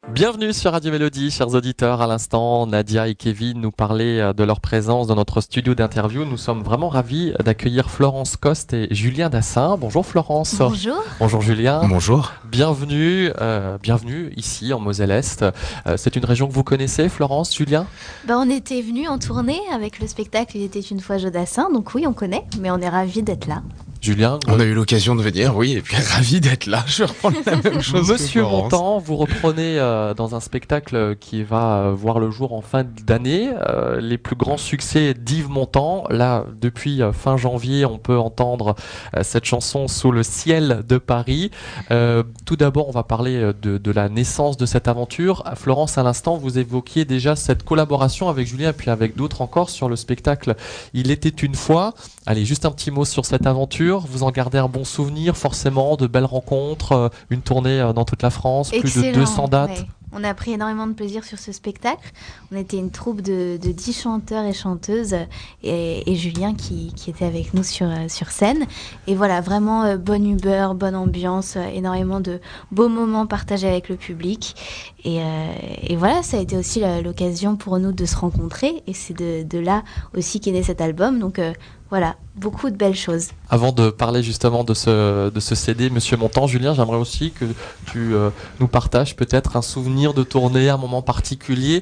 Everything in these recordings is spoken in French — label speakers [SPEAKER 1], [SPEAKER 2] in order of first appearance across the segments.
[SPEAKER 1] Bienvenue sur Radio Mélodie, chers auditeurs. À l'instant, Nadia et Kevin nous parlaient de leur présence dans notre studio d'interview. Nous sommes vraiment ravis d'accueillir Florence Coste et Julien Dassin. Bonjour Florence.
[SPEAKER 2] Bonjour.
[SPEAKER 1] Bonjour Julien.
[SPEAKER 3] Bonjour.
[SPEAKER 1] Bienvenue ici en Moselle-Est. C'est une région que vous connaissez, Florence, Julien ?
[SPEAKER 2] On était venus en tournée avec le spectacle Il était une fois Jodassin, donc oui, on connaît, mais on est ravis d'être là.
[SPEAKER 1] Julien,
[SPEAKER 3] on a eu l'occasion de venir, oui, et puis ravi d'être là. Je reprends la même chose.
[SPEAKER 1] Monsieur Montand, vous reprenez dans un spectacle qui va voir le jour en fin d'année les plus grands succès d'Yves Montand. Là, depuis fin janvier, on peut entendre cette chanson Sous le ciel de Paris. Tout d'abord, on va parler de la naissance de cette aventure. Florence, à l'instant, vous évoquiez déjà cette collaboration avec Julien et puis avec d'autres encore sur le spectacle Il était une fois. Allez, juste un petit mot sur cette aventure. Vous en gardez un bon souvenir, forcément, de belles rencontres, une tournée dans toute la France,
[SPEAKER 2] Excellent,
[SPEAKER 1] plus de 200 dates.
[SPEAKER 2] Ouais. On a pris énormément de plaisir sur ce spectacle. On était une troupe de 10 chanteurs et chanteuses et Julien qui était avec nous sur scène. Et voilà, vraiment bonne humeur, bonne ambiance, énormément de beaux moments partagés avec le public. Et voilà, ça a été aussi l'occasion pour nous de se rencontrer. Et c'est de là aussi qu'est né cet album. Donc voilà, beaucoup de belles choses.
[SPEAKER 1] Avant de parler justement de ce CD, Monsieur Montand, Julien, j'aimerais aussi que tu nous partages peut-être un souvenir de tournée, un moment particulier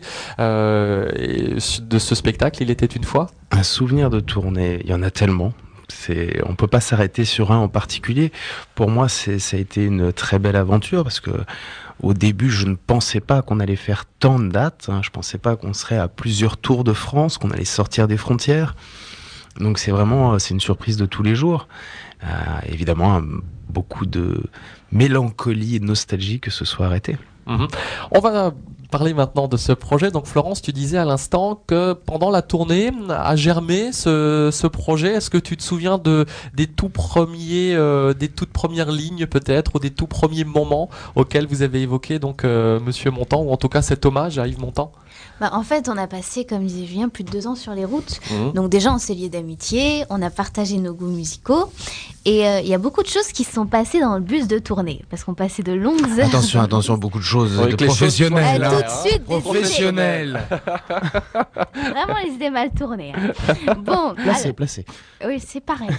[SPEAKER 1] de ce spectacle, Il était une fois.
[SPEAKER 3] Un souvenir de tournée, il y en a tellement. On peut pas s'arrêter sur un en particulier. Pour moi, ça a été une très belle aventure parce que au début, je ne pensais pas qu'on allait faire tant de dates. Je pensais pas qu'on serait à plusieurs tours de France, qu'on allait sortir des frontières. Donc c'est une surprise de tous les jours. Évidemment, beaucoup de mélancolie et de nostalgie que ce soit arrêté.
[SPEAKER 1] On va parler maintenant de ce projet. Donc Florence, tu disais à l'instant que pendant la tournée a germé ce projet. Est-ce que tu te souviens des toutes premières lignes peut-être, ou des tout premiers moments auxquels vous avez évoqué donc Monsieur Montand, ou en tout cas cet hommage à Yves Montand?
[SPEAKER 2] En fait, on a passé, comme disait Julien, plus de 2 ans sur les routes. Donc déjà, on s'est liés d'amitié, on a partagé nos goûts musicaux. Et il y a beaucoup de choses qui se sont passées dans le bus de tournée. Parce qu'on passait de longues heures...
[SPEAKER 3] Attention, beaucoup de choses de professionnels.
[SPEAKER 2] Tout de suite,
[SPEAKER 3] professionnels.
[SPEAKER 2] Vraiment, les idées mal tournées. Bon,
[SPEAKER 3] placé.
[SPEAKER 2] Oui, c'est pareil.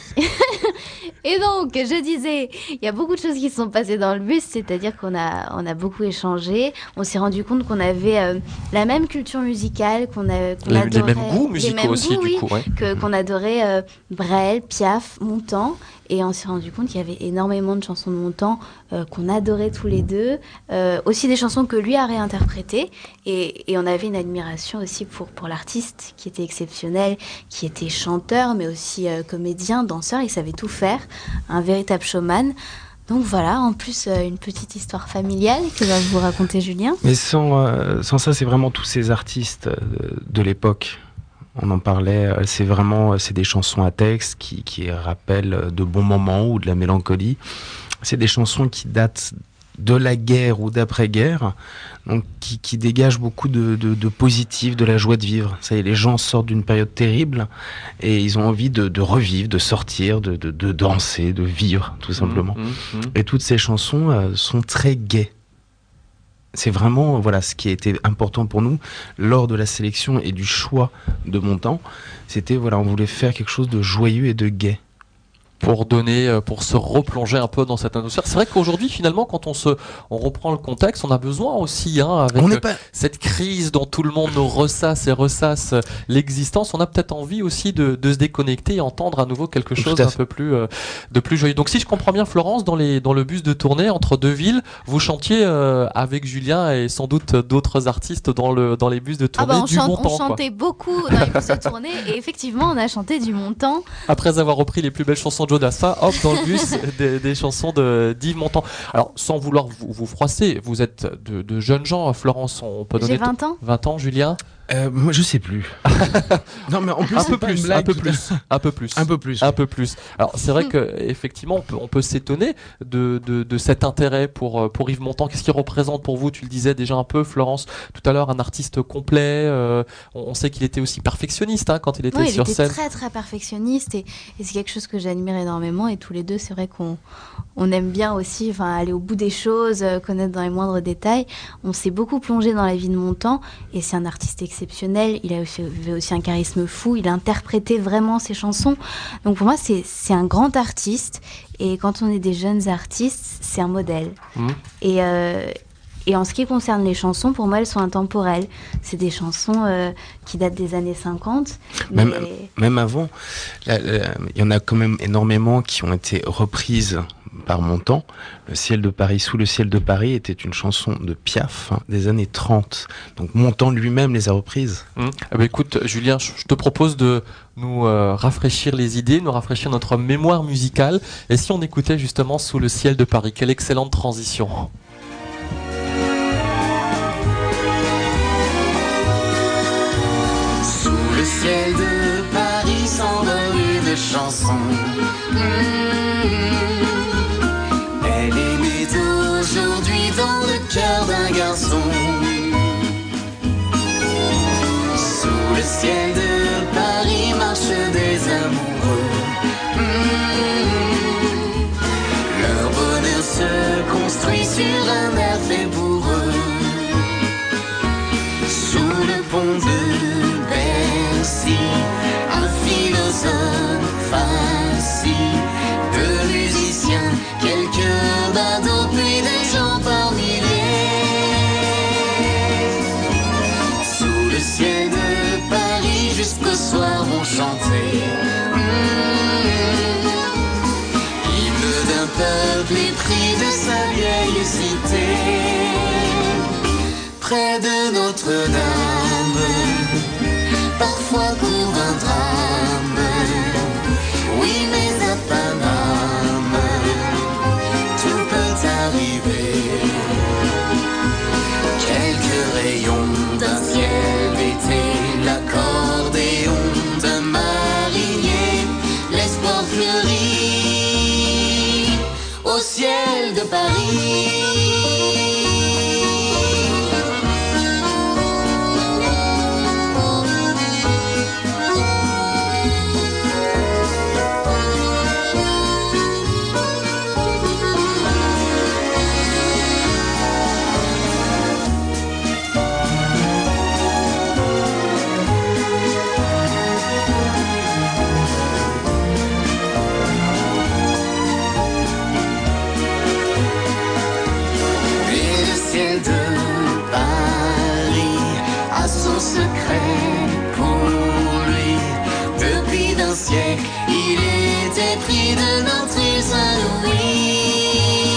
[SPEAKER 2] Et donc, je disais, il y a beaucoup de choses qui se sont passées dans le bus, c'est-à-dire qu'on a beaucoup échangé. On s'est rendu compte qu'on avait la même culture musicale, qu'on adorait...
[SPEAKER 1] Les mêmes goûts musicaux aussi,
[SPEAKER 2] oui,
[SPEAKER 1] du coup. Ouais.
[SPEAKER 2] Qu'on adorait Brel, Piaf, Montand. Et on s'est rendu compte qu'il y avait énormément de chansons de Montand qu'on adorait tous les deux. Aussi des chansons que lui a réinterprétées. Et on avait une admiration aussi pour l'artiste qui était exceptionnel, qui était chanteur, mais aussi comédien, danseur. Il savait tout faire. Un véritable showman. Donc voilà, en plus une petite histoire familiale que va vous raconter Julien.
[SPEAKER 3] Mais sans ça, c'est vraiment tous ces artistes de l'époque. On en parlait, c'est des chansons à texte qui rappellent de bons moments ou de la mélancolie. C'est des chansons qui datent de la guerre ou d'après-guerre, donc qui dégagent beaucoup de positif, de la joie de vivre. Ça y est, les gens sortent d'une période terrible et ils ont envie de revivre, de sortir, de danser, de vivre, tout simplement. Et toutes ces chansons sont très gaies. C'est vraiment ce qui a été important pour nous lors de la sélection et du choix de Montand. C'était on voulait faire quelque chose de joyeux et de gai.
[SPEAKER 1] Pour se replonger un peu dans cette atmosphère. C'est vrai qu'aujourd'hui, finalement, quand on reprend le contexte, on a besoin aussi, avec cette crise dont tout le monde nous ressasse l'existence, on a peut-être envie aussi de se déconnecter et entendre à nouveau quelque chose d'un peu plus, de plus joyeux. Donc si je comprends bien, Florence, dans le bus de tournée entre deux villes, vous chantiez avec Julien et sans doute d'autres artistes dans les bus de tournée Montand.
[SPEAKER 2] On chantait beaucoup dans les bus de tournée et effectivement, on a chanté du Montand.
[SPEAKER 1] Après avoir repris les plus belles chansons de Jodassin, hop, dans le bus des chansons d'Yves Montand. Alors, sans vouloir vous froisser, vous êtes de jeunes gens, Florence, on peut donner...
[SPEAKER 2] J'ai 20 ans.
[SPEAKER 1] 20 ans, Julien?
[SPEAKER 3] Moi, je sais plus. Non, mais en plus,
[SPEAKER 1] Un
[SPEAKER 3] c'est
[SPEAKER 1] peu
[SPEAKER 3] pas une
[SPEAKER 1] plus,
[SPEAKER 3] blague.
[SPEAKER 1] un peu plus, un peu plus.
[SPEAKER 3] Un peu plus.
[SPEAKER 1] Un peu plus. Alors c'est vrai que effectivement on peut s'étonner de cet intérêt pour Yves Montand. Qu'est-ce qu'il représente pour vous? Tu le disais déjà un peu, Florence, tout à l'heure, un artiste complet. On sait qu'il était aussi perfectionniste quand il était
[SPEAKER 2] Oui, il
[SPEAKER 1] sur
[SPEAKER 2] était
[SPEAKER 1] scène.
[SPEAKER 2] très très perfectionniste et c'est quelque chose que j'admire énormément et tous les deux c'est vrai qu'on aime bien aussi aller au bout des choses, connaître dans les moindres détails. On s'est beaucoup plongé dans la vie de Montand et c'est un artiste exceptionnel, il avait aussi un charisme fou, il interprétait vraiment ses chansons. Donc pour moi c'est un grand artiste et quand on est des jeunes artistes, c'est un modèle.
[SPEAKER 1] Mmh.
[SPEAKER 2] Et en ce qui concerne les chansons, pour moi, elles sont intemporelles. C'est des chansons qui datent des années 50.
[SPEAKER 3] Même avant, il y en a quand même énormément qui ont été reprises par Montand. Le ciel de Paris, sous le ciel de Paris était une chanson de Piaf des années 30. Donc Montand lui-même les a reprises.
[SPEAKER 1] Écoute, Julien, je te propose de nous rafraîchir les idées, nous rafraîchir notre mémoire musicale. Et si on écoutait justement Sous le ciel de Paris? Quelle excellente transition.
[SPEAKER 4] Le ciel de Paris s'envole une chanson. Elle est née d'aujourd'hui dans le cœur d'un garçon. Sous le ciel de Paris marchent des amoureux. Leur bonheur se construit sur un air fait pour eux. Sous le pont de un philosophe assis, deux musiciens, quelques badauds, puis des gens par milliers. Sous le ciel de Paris, jusqu'au soir vont chanter hymne d'un peuple épris de sa vieille cité. Près de Notre-Dame, parfois court un drame, oui mais à Paname, tout peut arriver. Quelques rayons d'un ciel d'été, l'accordéon d'un marinier, l'espoir fleurit au ciel de Paris. Il était pris de notre île Saint-Louis.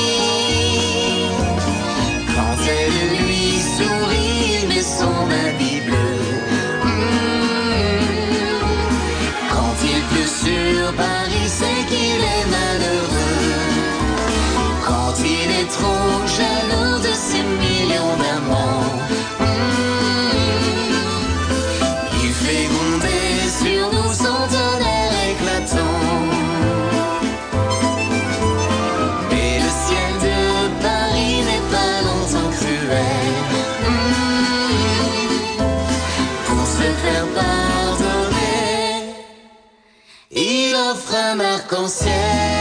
[SPEAKER 4] Quand elle lui sourit, il met son habit bleu. Quand il pleut sur Paris, c'est qu'il est malheureux. Quand il est trop jaloux de ses millions d'amants, il fait gronder sur nous son tonnerre éclatant. Mais le ciel de Paris n'est pas longtemps cruel. Pour se faire pardonner, il offre un arc-en-ciel.